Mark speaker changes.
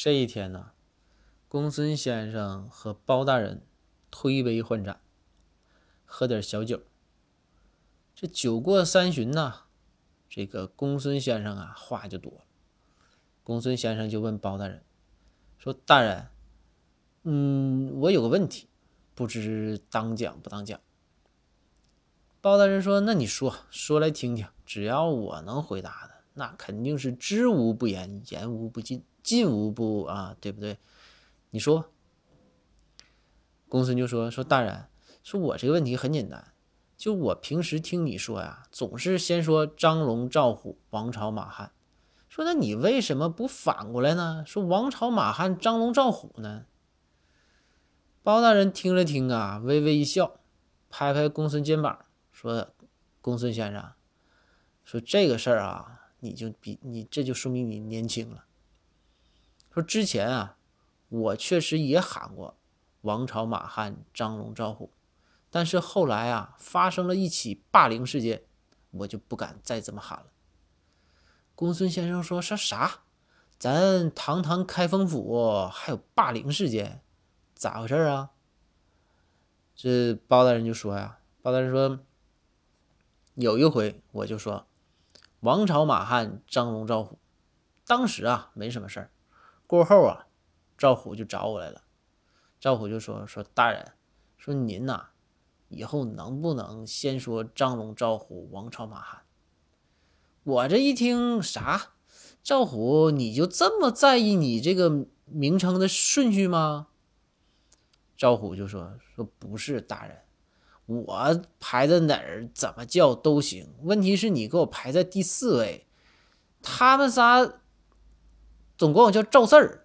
Speaker 1: 这一天呢，公孙先生和包大人推杯换盏，喝点小酒。这酒过三巡呢，这个公孙先生啊话就多了。公孙先生就问包大人说：大人，我有个问题，不知当讲不当讲。包大人说：那你说来听听，只要我能回答的，那肯定是知无不言，言无不尽，尽无不啊，对不对？你说。公孙就说大人，说我这个问题很简单，就我平时听你说呀，总是先说张龙赵虎王朝马汉，说那你为什么不反过来呢？说王朝马汉张龙赵虎呢？包大人听了听啊，微微一笑，拍拍公孙肩膀，说：公孙先生，说这个事儿啊，你这就说明你年轻了。说之前啊，我确实也喊过王朝马汉张龙赵虎，但是后来啊，发生了一起霸凌事件，我就不敢再这么喊了。公孙先生说啥？咱堂堂开封府还有霸凌事件，咋回事啊？这包大人就说呀，包大人说有一回我就说王朝马汉张龙赵虎，当时啊没什么事儿，过后啊赵虎就找我来了。赵虎就说大人，说您呐，以后能不能先说张龙赵虎王朝马汉？我这一听啥？赵虎你就这么在意你这个名称的顺序吗？赵虎就说不是大人，我排在哪儿怎么叫都行，问题是你给我排在第4位，他们仨总管我叫赵四儿，